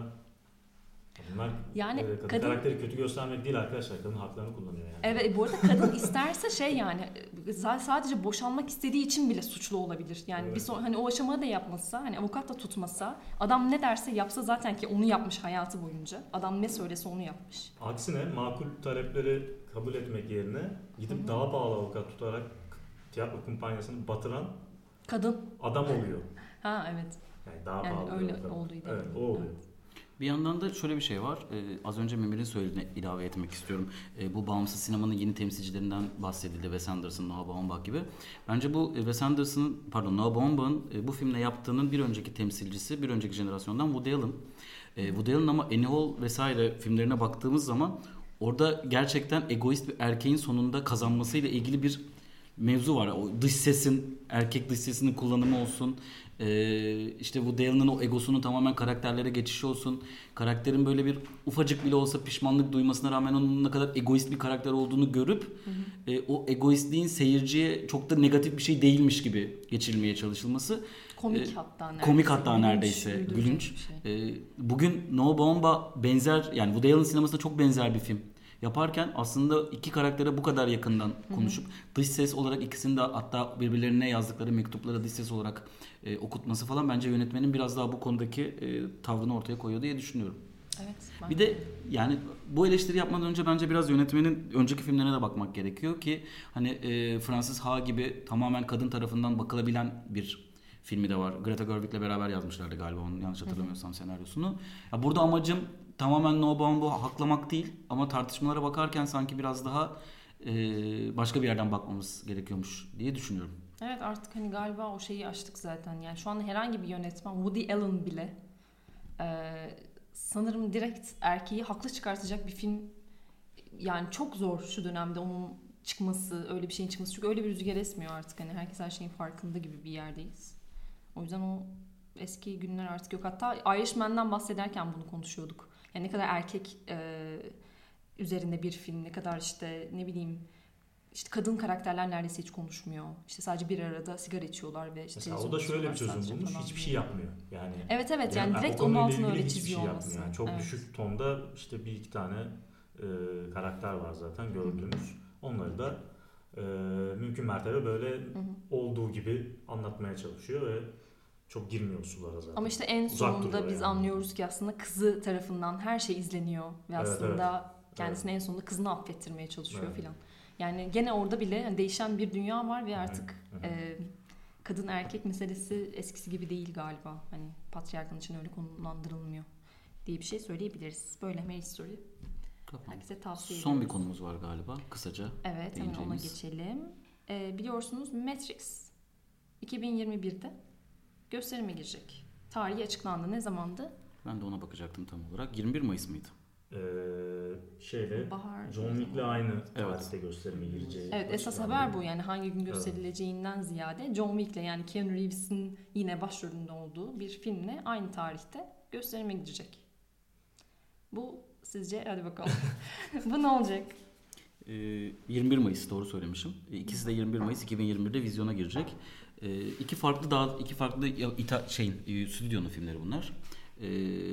bunlar yani e, kadın, kadın karakteri kötü göstermek değil arkadaşlar. Kadın haklarını kullanıyor yani. Evet, bu arada kadın isterse şey yani sadece boşanmak istediği için bile suçlu olabilir. Yani evet. Bir son, hani o aşamada da yapmasa, hani avukat da tutmasa, adam ne derse yapsa zaten ki onu yapmış hayatı boyunca. Adam ne söylese onu yapmış. Aksine makul talepleri kabul etmek yerine gidip Hı-hı. daha pahalı avukat tutarak tiyatro kumpanyasını batıran kadın adam oluyor. Ha evet. Yani daha yani pahalı. Öyle olduydu. Evet, o oluyor. Evet. Bir yandan da şöyle bir şey var. Ee, az önce Memir'in söylediğine ilave etmek istiyorum. Ee, bu bağımsız sinemanın yeni temsilcilerinden bahsedildi. Wes Anderson, Noah Baumbach gibi. Bence bu Wes Anderson'ın, pardon Noah Baumbach'ın e, bu filmle yaptığının bir önceki temsilcisi, bir önceki jenerasyondan Woody Allen. E, Woody Allen ama Annie Hall vesaire filmlerine baktığımız zaman orada gerçekten egoist bir erkeğin sonunda kazanmasıyla ilgili bir mevzu var. O dış sesin, erkek dış sesinin kullanımı olsun. Ee, işte bu Dale'ın o egosunun tamamen karakterlere geçişi olsun. Karakterin böyle bir ufacık bile olsa pişmanlık duymasına rağmen onun ne kadar egoist bir karakter olduğunu görüp hı hı. E, o egoistliğin seyirciye çok da negatif bir şey değilmiş gibi geçirilmeye çalışılması. Komik e, hatta neredeyse. Komik hatta neredeyse. Gülünç. Şey. E, bugün Noah Baumbach benzer, yani Woody Allen sinemasında çok benzer bir film yaparken aslında iki karaktere bu kadar yakından konuşup hı hı. dış ses olarak ikisini de hatta birbirlerine yazdıkları mektupları dış ses olarak e, okutması falan bence yönetmenin biraz daha bu konudaki e, tavrını ortaya koyuyor diye düşünüyorum. Evet. Bir de yani bu eleştiri yapmadan önce bence biraz yönetmenin önceki filmlerine de bakmak gerekiyor ki hani e, Frances Ha gibi tamamen kadın tarafından bakılabilen bir filmi de var. Greta Gerwig'le beraber yazmışlardı galiba, onun yanlış hatırlamıyorsam hı hı. senaryosunu. Ya burada amacım tamamen Noah Baumbach'ı haklamak değil ama tartışmalara bakarken sanki biraz daha e, başka bir yerden bakmamız gerekiyormuş diye düşünüyorum. Evet, artık hani galiba o şeyi aştık zaten. Yani şu anda herhangi bir yönetmen, Woody Allen bile e, sanırım direkt erkeği haklı çıkartacak bir film, yani çok zor şu dönemde onun çıkması, öyle bir şeyin çıkması. Çünkü öyle bir rüzgar esmiyor artık. Hani herkes her şeyin farkında gibi bir yerdeyiz. O yüzden o eski günler artık yok. Hatta Irishman'dan bahsederken bunu konuşuyorduk. Yani ne kadar erkek e, üzerinde bir film, ne kadar işte ne bileyim işte kadın karakterler neredeyse hiç konuşmuyor. İşte sadece bir arada sigara içiyorlar ve işte mesela o da şöyle bir çözüm bulmuş, hiçbir şey yapmıyor. Yani Evet evet yani, yani direkt onun altına öyle çiziyor şey olması. Yani çok evet. düşük tonda işte bir iki tane e, karakter var zaten gördüğünüz. Hı-hı. Onları da e, mümkün mertebe böyle Hı-hı. olduğu gibi anlatmaya çalışıyor ve çok girmiyor sulara zaten. Ama işte en Uzak sonunda duruyor biz yani. anlıyoruz ki aslında kızı tarafından her şey izleniyor ve Evet, aslında kendisine en sonunda kızını affettirmeye çalışıyor Evet. filan. Yani gene orada bile hani değişen bir dünya var ve artık Hı hı. e, kadın erkek meselesi eskisi gibi değil galiba. Hani patriarkanın için öyle konumlandırılmıyor diye bir şey söyleyebiliriz. Böyle Marriage Story. Tamam. Herkese tavsiye Son bir ediyoruz. konumuz var galiba kısaca. Evet, hemen ona değineceğimiz. geçelim. Ee, biliyorsunuz Matrix iki bin yirmi birde gösterime girecek. Tarihi açıklandı. Ne zamandı? Ben de ona bakacaktım tam olarak. yirmi bir Mayıs mıydı? Ee, şeyle Bahar. John Wick'le aynı Evet. tarihte gösterime gireceği. Evet, esas açıklandı. haber bu yani hangi gün gösterileceğinden ziyade John Wick'le yani Keanu Reeves'in yine başrolünde olduğu bir filmle aynı tarihte gösterime girecek. Bu sizce hadi bakalım. Bu ne olacak? Ee, yirmi bir Mayıs doğru söylemişim. Ee, İkisi de yirmi bir Mayıs iki bin yirmi birde vizyona girecek. Ee, iki farklı daha iki farklı ya- ita, şeyin e, stüdyonun filmleri bunlar. Ee,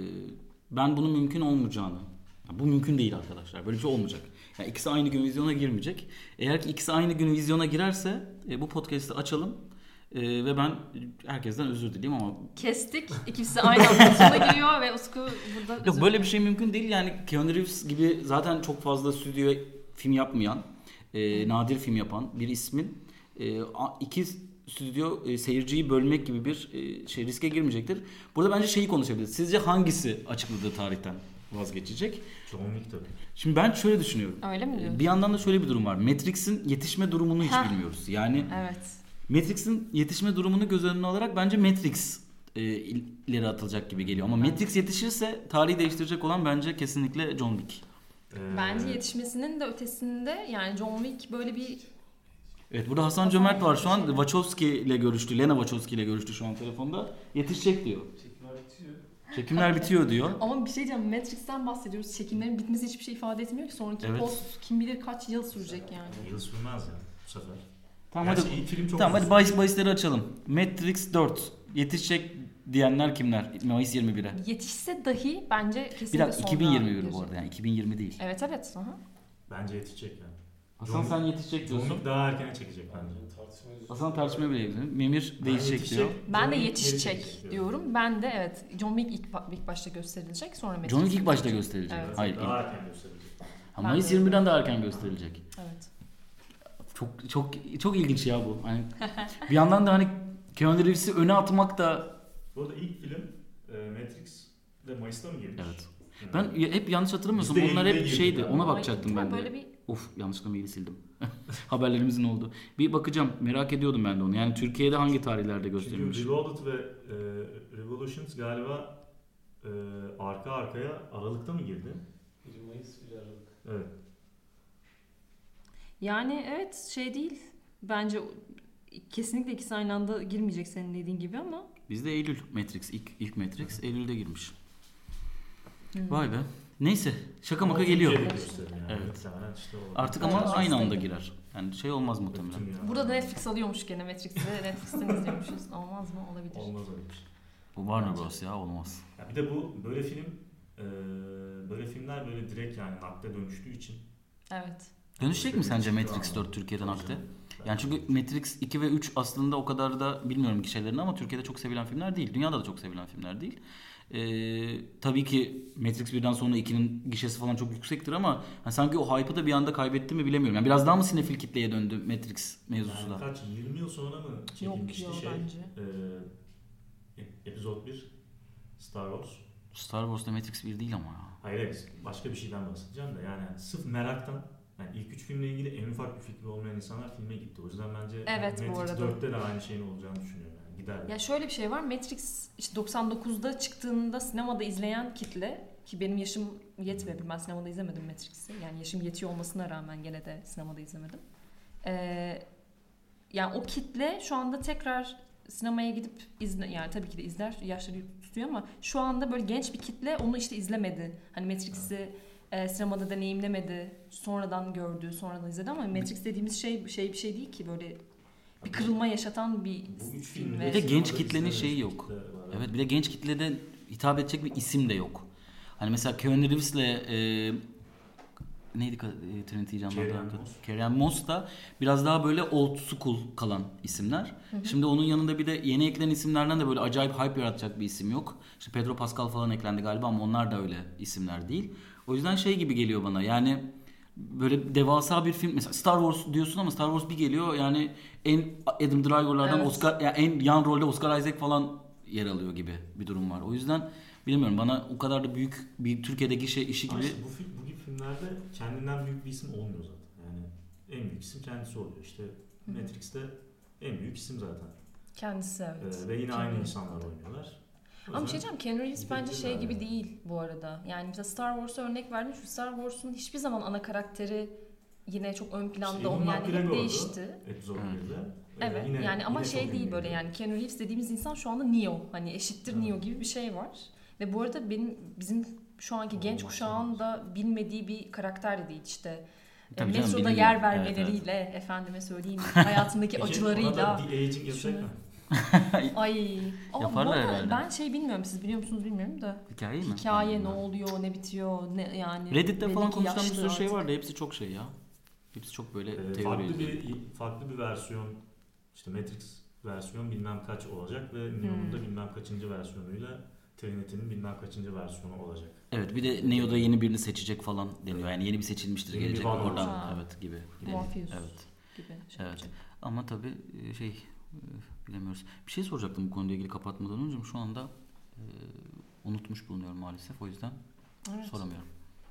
ben bunun mümkün olmayacağını, ya bu mümkün değil arkadaşlar. Böyle bir şey olmayacak. Yani ikisi aynı gün vizyona girmeyecek. Eğer ki ikisi aynı gün vizyona girerse e, bu podcast'ı açalım. Ee, ve ben herkesten özür dileyim ama Kestik. İkisi aynı anda giriyor ve Utku burada yok özür böyle bir şey mümkün değil yani. Keanu Reeves gibi zaten çok fazla stüdyo film yapmayan, e, nadir film yapan bir ismin e, a- iki stüdyo e, seyirciyi bölmek gibi bir e, şey riske girmeyecektir. Burada bence şeyi konuşabiliriz. Sizce hangisi açıkladığı tarihten vazgeçecek? John Wick tabii. Şimdi ben şöyle düşünüyorum. Öyle mi diyorsun? Bir yandan da şöyle bir durum var. Matrix'in yetişme durumunu hiç Heh. bilmiyoruz. Yani Evet. Matrix'in yetişme durumunu göz önüne alarak bence Matrix e, ileri atılacak gibi geliyor. Ama Matrix yetişirse tarihi değiştirecek olan bence kesinlikle John Wick. Ee, Bence yetişmesinin de ötesinde yani John Wick böyle bir Evet, burada Hasan Hasan Cömert var şu an. şey. Wachowski ile görüştü. Lena Wachowski ile görüştü şu an telefonda. Yetişecek diyor. Çekimler bitiyor. Çekimler bitiyor diyor. ama bir şey diyeceğim Matrix'ten bahsediyoruz. Çekimlerin bitmesi hiçbir şey ifade etmiyor ki. Sonraki Evet. post kim bilir kaç yıl sürecek yani. Yıl sürmez ya bu sefer. Tamam Gerçi hadi. ilk film çok Tamam hadi uzun. bahis bahisleri açalım. Matrix dört yetişecek diyenler kimler? Mayıs yirmi bire. Yetişse dahi bence Bir kesinlikle dakika sonra iki bin yirmi bir girecek. bu arada yani iki bin yirmi değil. Evet evet. Aha. Bence yetişecek yani. Hasan John- sen yetişecek John diyorsun. Wick daha erkene çekecek bence. Yani tartışmayı Hasan tartışmaya bile gidiyor. Memir değişecek yetişecek. diyor. Ben John de Wick yetişecek geri çekecek diyorum. Ben de evet. John Wick ilk, ba- ilk başta gösterilecek sonra Matrix. John Wick ilk başta gösterilecek. Evet. Hayır. Daha ilk- erken gösterilecek. Ha, Ben Mayıs de- yirmi birden daha erken gösterilecek. Evet. Çok çok çok ilginç ya bu. Hani bir yandan da hani Keanu Reeves'i öne atmak da Bu arada ilk film e, Matrix de Mayıs'ta mı girmiş? evet. Hı. Ben ya- hep yanlış hatırlamıyorsam Biz de onlar Eylül'de hep girdik şeydi. galiba. Ona bakacaktım ben Böyle de. bir Of yanlışlıkla maili sildim. Haberlerimizin oldu. Bir bakacağım. Merak ediyordum ben de onu. Yani Türkiye'de hangi tarihlerde Çünkü gösterilmiş? Reloaded ve e, Revolutions galiba e, arka arkaya Aralık'ta mı girdi? bir Mayıs bir Aralık. Evet. yani evet şey değil. Bence kesinlikle ikisi aynı anda girmeyecek senin dediğin gibi ama. Bizde Eylül Matrix. ilk ilk Matrix Eylül'de girmiş. Hmm. Vay be. Neyse şaka maka Ama geliyor. Türkiye'de gösterim yani. Evet. Muhtemelen işte o. Artık Evet, ama evet. aynı anda girer. Yani şey olmaz muhtemelen. Bütün ya. Burada da Netflix alıyormuş gene Matrix'i. Netflix'ten izliyormuşuz. Olmaz mı? Olabilir. Olmaz öyle bir şey. Bu Warner Bros ya olmaz. Ya bir de bu böyle film e, böyle filmler böyle direkt yani nakde dönüştüğü için. Evet. Dönüşecek mi sence Matrix dört Türkiye'den akte? Yani çünkü Matrix iki ve üç aslında o kadar da bilmiyorum gişelerini ama Türkiye'de çok sevilen filmler değil. Dünyada da çok sevilen filmler değil. Ee, tabii ki Matrix birden sonra ikinin gişesi falan çok yüksektir ama hani sanki o hype'ı da bir anda kaybetti mi bilemiyorum. Yani biraz daha mı sinefil kitleye döndü Matrix mevzusu Yani da? kaç yirmi yıl sonra mı çekilmişti Yok ya şey? bence. E, Epizod bir Star Wars. Star Wars'ta Matrix bir değil ama ya. Hayır hayır başka bir şeyden bahsedeceğim de yani sırf meraktan yani ilk üç filmle ilgili en ufak bir fikri olmayan insanlar filme gitti. O yüzden bence Evet, bu Matrix arada. dörtte de aynı şeyin olacağını düşünüyorum yani gider. Ya şöyle bir şey var. Matrix işte doksan dokuzda çıktığında sinemada izleyen kitle ki benim yaşım yetmedi. Ben sinemada izlemedim Matrix'i. Yani yaşım yetiyor olmasına rağmen gene de sinemada izlemedim. Ee, yani o kitle şu anda tekrar sinemaya gidip izle yani tabii ki de izler yaşları tutuyor ama şu anda böyle genç bir kitle onu işte izlemedi. Hani Matrix'i e, sinemada deneyimlemedi. Sonradan gördü, sonradan izledi ama Matrix dediğimiz şey şey bir şey değil ki böyle bir kırılma yaşatan bir Bu üç film filmde ve Bir de genç sinemada kitlenin izlememiş şeyi bir yok. kitle var. Evet bir de genç kitlede hitap edecek bir isim de yok. Hani mesela Keanu Reeves'le e, neydi e, Trinity'yi Carrie-Anne canlandıran? Moss. Carrie-Anne Moss da biraz daha böyle old school kalan isimler. Hı hı. Şimdi onun yanında bir de yeni eklenen isimlerden de böyle acayip hype yaratacak bir isim yok. İşte Pedro Pascal falan eklendi galiba ama onlar da öyle isimler değil. O yüzden şey gibi geliyor bana yani böyle devasa bir film mesela Star Wars diyorsun ama Star Wars bir geliyor yani en Adam Driver'lardan Evet. Oscar yani en yan rolde Oscar Isaac falan yer alıyor gibi bir durum var. O yüzden bilmiyorum bana o kadar da büyük bir Türkiye'deki şey işi Ama gibi işte bu, film, bu gibi filmlerde kendinden büyük bir isim olmuyor zaten. Yani en büyük isim kendisi oluyor. İşte Hı hı. Matrix'te en büyük isim zaten. Kendisi evet. Ee, ve yine Keanu aynı Reeves. insanlar oynuyorlar. O Ama bir şey yüzden diyeceğim, Keanu Reeves bence şey gidebilirler gibi yani. değil bu arada. Yani mesela Star Wars'a örnek verdim. Şu Star Wars'un hiçbir zaman ana karakteri yine çok ön planda İşte olmayan, Ewan yani hep McGregor'du değişti. Episode Hı. birde. Ee, Evet yine- yani ama yine şey çok değil ünlüydü. böyle yani Keanu Reeves dediğimiz insan şu anda Neo. Hani eşittir Evet. Neo gibi bir şey var. Ve bu arada benim bizim şu anki Olmaz genç kuşağın da bilmediği bir karakter de değil işte. Tabii E, canım, metroda biliniyor. yer Evet, vermeleriyle, efendime söyleyeyim, hayatındaki Peki, acılarıyla. ona da de aging yapacak şunu- mı? Ay. Ama Yaparlar bu arada herhalde. ben şey bilmiyorum, siz biliyor musunuz bilmiyorum da. hikaye mi? Hikaye Ben ne bilmem. oluyor, ne bitiyor, ne yani. Reddit'te belli falan ki konuşulan bir yaşlı sürü şey artık. var da hepsi çok şey ya. Hepsi çok böyle Ee, teori. farklı bir farklı bir versiyon işte Matrix versiyon bilmem kaç olacak ve Neo'nun Hmm. da bilmem kaçıncı versiyonuyla Trinity'nin bilmem kaçıncı versiyonu olacak. Evet bir de Neo'da yeni birini seçecek falan deniyor. Yani yeni bir seçilmiştir Yeni bir gelecek var oradan. olacak. Evet gibi. Morpheus Evet. gibi şey Evet. yapacak. Ama tabii e, şey e, bilemiyoruz. Bir şey soracaktım bu konuyla ilgili kapatmadan önce şu anda e, unutmuş bulunuyorum maalesef. O yüzden Evet. soramıyorum.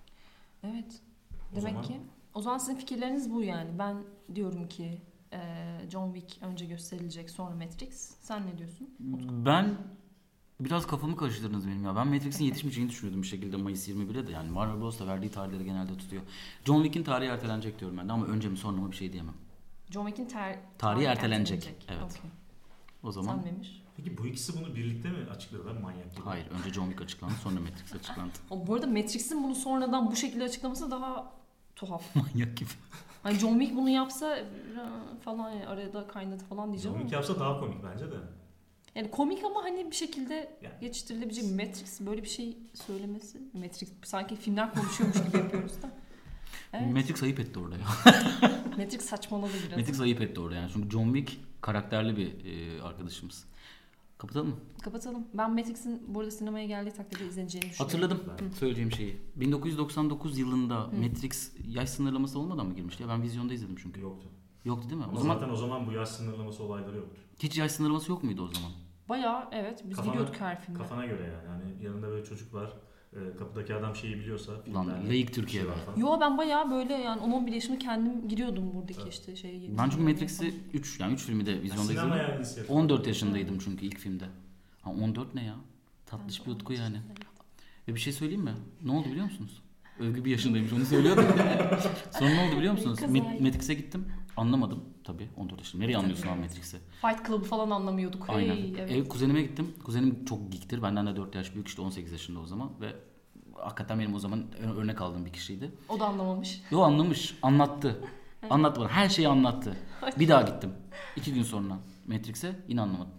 Evet. O Demek zaman- ki o zaman sizin fikirleriniz bu yani. Ben diyorum ki e, John Wick önce gösterilecek, sonra Matrix. Sen ne diyorsun? Ben biraz kafamı karıştırdınız benim ya. Ben Matrix'in yetişmeyeceğini düşünüyordum bir şekilde Mayıs yirmi bir'e de. Yani Warner Bros. Da verdiği tarihleri genelde tutuyor. John Wick'in tarihi ertelenecek diyorum ben de ama önce mi sonra mı bir şey diyemem. John Wick'in ter- Tarihi ertelenecek, evet. Okey. O zaman Sen Memiş? Peki bu ikisi bunu birlikte mi açıkladılar manyak gibi? hayır. Önce John Wick açıklandı sonra Matrix açıklandı. O, bu arada Matrix'in bunu sonradan bu şekilde açıklaması daha tuhaf. Manyak gibi. Hani John Wick bunu yapsa e, falan yani arada kaynadı falan diyeceğim John Wick ama. yapsa daha komik bence de. Yani komik ama hani bir şekilde Yani. geçiştirilebilecek. Matrix böyle bir şey söylemesi. Matrix sanki filmler konuşuyormuş gibi yapıyoruz da. Evet. Matrix ayıp etti orada ya. Matrix saçmaladı biraz. Matrix ayıp etti orada yani. Çünkü John Wick karakterli bir e, arkadaşımız. Kapatalım mı? Kapatalım. Ben Matrix'in burada sinemaya geldiği takdirde izleneceğini düşünüyorum. Hatırladım Ben- söyleyeceğim şeyi. bin dokuz yüz doksan dokuz yılında Hı. Matrix yaş sınırlaması olmadan mı girmişti? Ya ben vizyonda izledim çünkü. Yoktu. Yoktu değil mi? Ama O zaman zaten o zaman bu yaş sınırlaması olayları yoktu. hiç yaş sınırlaması yok muydu o zaman? Bayağı evet biz Kafana- gidiyorduk her filme. Kafana göre yani. Yani yanında böyle çocuk var. e, kapıdaki adam şeyi biliyorsa. Ulan filmlerde layık bir Türkiye şey be. var falan. Yo ben bayağı böyle yani on on bir yaşımda kendim giriyordum buradaki Evet. işte şeye. Ben çünkü izlemeye Matrix'i falan. üç yani üç filmi de vizyonda izledim. Sinemaya inisiyatif. on dört yaşındaydım çünkü ilk filmde. Ha on dört ne ya? Tatlış Ben bir de utku on yani. yaşındaydım. Ve bir şey söyleyeyim mi? Ne oldu biliyor musunuz? Övgü bir yaşındaymış onu söylüyordum. Sonra ne oldu biliyor musunuz? Kaza Met- yaptım. Matrix'e gittim. Anlamadım tabii on dört yaşında. Nereye anlıyorsun abi Matrix'i? Fight Club'ı falan anlamıyorduk. Aynen. Hey, evet. Ev kuzenime gittim. Kuzenim çok geektir. Benden de dört yaş büyük işte on sekiz yaşında o zaman ve hakikaten benim o zaman ö- örnek aldığım bir kişiydi. O da anlamamış. Yo anlamış. Anlattı. Anlattı bana. Her şeyi anlattı. Bir daha gittim. İki gün sonra Matrix'e yine anlamadım.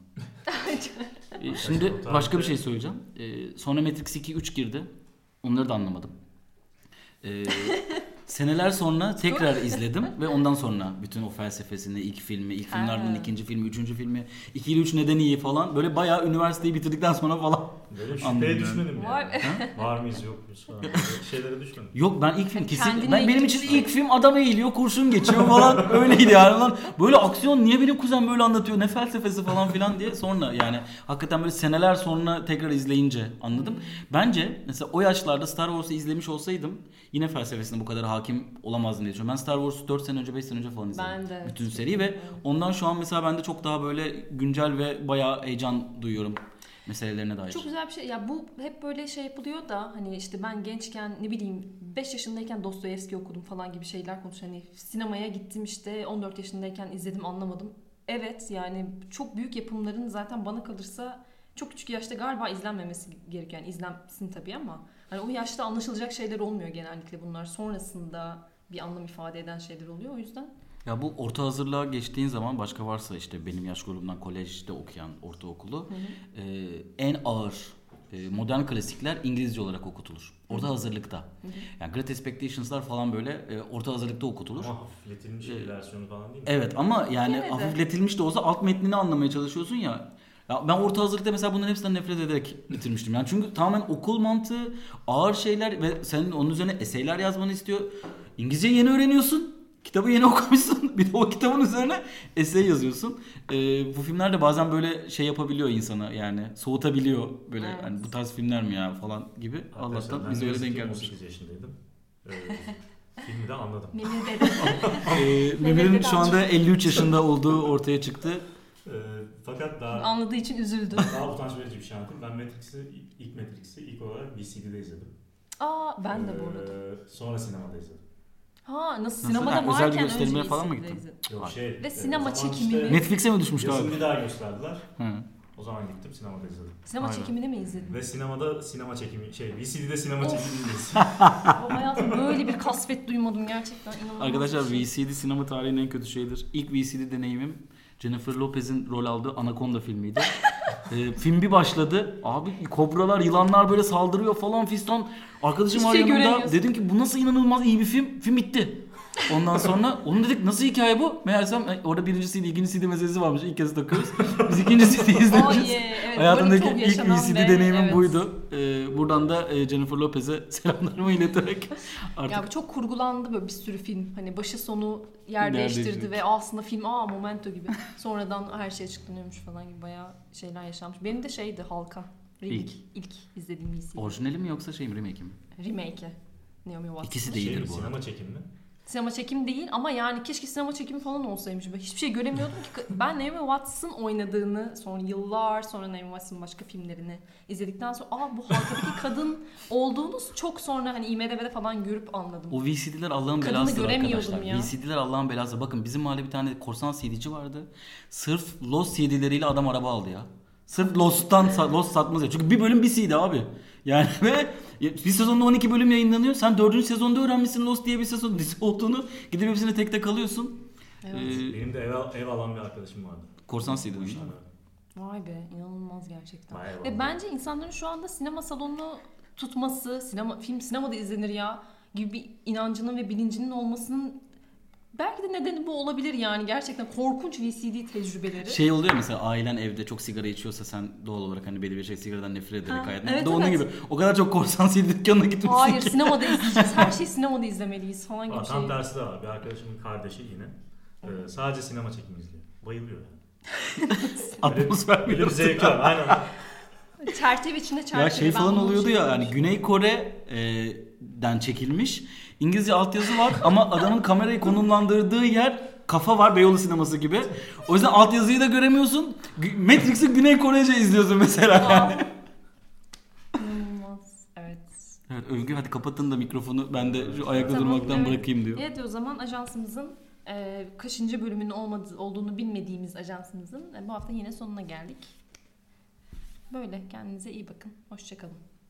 E, Şimdi başka bir şey söyleyeceğim. E, sonra Matrix iki üç girdi. Onları da anlamadım. E, seneler sonra tekrar izledim ve ondan sonra bütün o felsefesini, ilk filmi, ilk filmin Ha. ardından ikinci filmi, üçüncü filmi, iki ile üç neden iyi falan böyle bayağı üniversiteyi bitirdikten sonra falan. Böyle Anladım şüpheye yani. düşmedim yani. Var. Ha? Var mıyız yok muyuz falan. Böyle şeylere düşmedim. Yok ben ilk film kesin Kendinle ben benim ilgili için bir ilk film adam eğiliyor kurşun geçiyor falan öyleydi yani lan böyle aksiyon niye benim kuzen böyle anlatıyor ne felsefesi falan filan diye sonra yani hakikaten böyle seneler sonra tekrar izleyince anladım. Bence mesela o yaşlarda Star Wars'u izlemiş olsaydım yine felsefesine bu kadar hakim olamazdım diye düşünüyorum. Ben Star Wars'u dört sene önce beş sene önce falan izledim. Ben de. Bütün seriyi ve ondan şu an mesela bende çok daha böyle güncel ve bayağı heyecan duyuyorum meselelerine dair. Çok güzel bir şey. Ya bu hep böyle şey yapılıyor da hani işte ben gençken ne bileyim beş yaşındayken Dostoyevski okudum falan gibi şeyler konuşuyor. Hani sinemaya gittim işte on dört yaşındayken izledim anlamadım. Evet yani çok büyük yapımların zaten bana kalırsa çok küçük yaşta galiba izlenmemesi gerekiyor. Yani izlensin tabii ama hani o yaşta anlaşılacak şeyler olmuyor genellikle bunlar. Sonrasında bir anlam ifade eden şeyler oluyor o yüzden. Ya bu orta hazırlığa geçtiğin zaman başka varsa işte benim yaş grubumdan kolejde okuyan ortaokulu Hı hı. e, en ağır e, modern klasikler İngilizce olarak okutulur. Orta hazırlıkta. Yani Great Expectations'lar falan böyle e, orta hazırlıkta okutulur. Ama hafifletilmiş bir versiyonu falan değil mi? Evet ama yani Gene de. hafifletilmiş de olsa alt metnini anlamaya çalışıyorsun ya. Ya ben orta hazırlıkta mesela bunların hepsinden nefret ederek bitirmiştim. Yani çünkü tamamen okul mantığı, ağır şeyler ve senin onun üzerine eseyler yazmanı istiyor. İngilizce yeni öğreniyorsun. Kitabı yeni okumuşsun. Bir de o kitabın üzerine essay yazıyorsun. Ee, bu filmler de bazen böyle şey yapabiliyor insana yani soğutabiliyor böyle Evet. hani bu tarz filmler mi ya falan gibi. Arkadaşlar, Allah'tan ben biz de öyle yazık denk ki gelmişiz. on sekiz yaşındaydım. Ee, filmi de anladım. Memir dede. Ee, Mehmet'in şu anda elli üç yaşında olduğu ortaya çıktı. Ee, fakat daha Anladığı için üzüldü. daha utanç verici bir şey anlatayım. Ben Matrix'i, ilk Matrix'i ilk olarak V C D'de izledim. Aa ben de bu arada. Ee, sonra sinemada izledim. Ha nasıl Nasıl? sinemada Ha, özel bir varken gösterimine önce falan mı izledim. gittin? Yok Vay. şey. Ve e, sinema o zaman çekimini- işte Netflix'e mi düşmüştü yazın abi? bir daha gösterdiler. Hı. O zaman gittim sinemada izledim. Sinema Aynen. çekimini mi izledin? Ve sinemada sinema çekimi, şey V C D'de sinema Of. çekimi izledim. O hayatım böyle bir kasvet duymadım gerçekten. İnanılmaz Arkadaşlar bir şey. V C D sinema tarihinin en kötü şeyidir. İlk V C D deneyimim Jennifer Lopez'in rol aldığı Anaconda filmiydi. ee, film bir başladı. Abi kobralar, yılanlar böyle saldırıyor falan fistan. Arkadaşım Hiçbir var şey yanımda. göremiyorsun. Dedim ki bu nasıl inanılmaz iyi bir film. Film bitti. Ondan sonra onu dedik nasıl hikaye bu? Meğersem e, orada birinci C D, ikinci C D meselesi varmış. İlk kez takıyoruz. Biz ikinci C D'yi Oh izlemişiz. yeah, evet, Hayatımdaki böyle çok ilk V yaşanan C D ve- deneyimim evet. buydu. Ee, buradan da e, Jennifer Lopez'e selamlarımı ileterek artık Ya bu çok kurgulandı böyle bir sürü film. Hani başı sonu yer Yer değiştirdi değiştirdi. ve aslında film aa Momento gibi. Sonradan her şey açıklanıyormuş falan gibi bayağı şeyler yaşanmış. Benim de şeydi Halka. Remake. İlk. İlk, izlediğim V C D. orijinali mi yoksa şey mi, remake mi? Remake'i. Naomi Watts. İkisi de Şey, iyidir bu arada. sinema çekimi mi? Sinema çekimi değil ama yani keşke sinema çekimi falan olsaymış. Ben hiçbir şey göremiyordum ki. Ben Naomi Watts'ın oynadığını sonra yıllar sonra Naomi Watts'ın başka filmlerini izledikten sonra aa bu halkadaki kadın olduğunu çok sonra hani IMDb'de falan görüp anladım. O V C D'ler Allah'ın Kadını belasıdır göremiyordum arkadaşlar. ya. V C D'ler Allah'ın belası. Bakın bizim mahallede bir tane korsan C D'ci vardı. Sırf Lost C D'leriyle adam araba aldı ya. Sırf Lost'tan sa- Lost satmaz ya. Çünkü bir bölüm bir C D abi. Yani ve bir sezonda on iki bölüm yayınlanıyor. Sen dördüncü sezonda öğrenmişsin Lost diye bir sezon dizi olduğunu. Gidip hepsine tek tek alıyorsun. Evet. Ee, Benim de ev, al- ev alan bir arkadaşım vardı. korsan C D'den. Vay be inanılmaz gerçekten. Bayağı Ve var. bence insanların şu anda sinema salonunu tutması, sinema film sinemada izlenir ya gibi bir inancının ve bilincinin olmasının belki de nedeni bu olabilir yani gerçekten korkunç V C D tecrübeleri. Şey oluyor mesela ailen evde çok sigara içiyorsa sen doğal olarak hani belli bir şey sigaradan nefret ederek Ha, hayatında. evet, da onun evet. gibi. O kadar çok korsan C D dükkanına gitmişsin Hayır ki. sinemada izleyeceğiz. Her şeyi sinemada izlemeliyiz falan gibi Aa, bir tam şey. tersi de var. Bir arkadaşımın kardeşi yine. Ee, sadece sinema çekimi izliyor. Bayılıyor yani. Atmosfer Böyle bir biliyorsun. zevki var. Aynen. Çerçeve içinde çerçeve. Ya şey Ben falan bunu oluyordu şey ya hani görmüştüm. Güney Kore'den çekilmiş. İngilizce altyazı var ama adamın kamerayı konumlandırdığı yer kafa var Beyoğlu sineması gibi. O yüzden altyazıyı da göremiyorsun. Gü- Matrix'i Güney Korece izliyorsun mesela yani. Aa. İnanılmaz. Evet. Evet Övgü hadi kapatın da mikrofonu ben de şu ayakta Tamam, durmaktan evet. bırakayım diyor. Evet o zaman ajansımızın e, kaçıncı bölümünün olmadığı, olduğunu bilmediğimiz ajansımızın e, bu hafta yine sonuna geldik. Böyle kendinize iyi bakın. Hoşça kalın.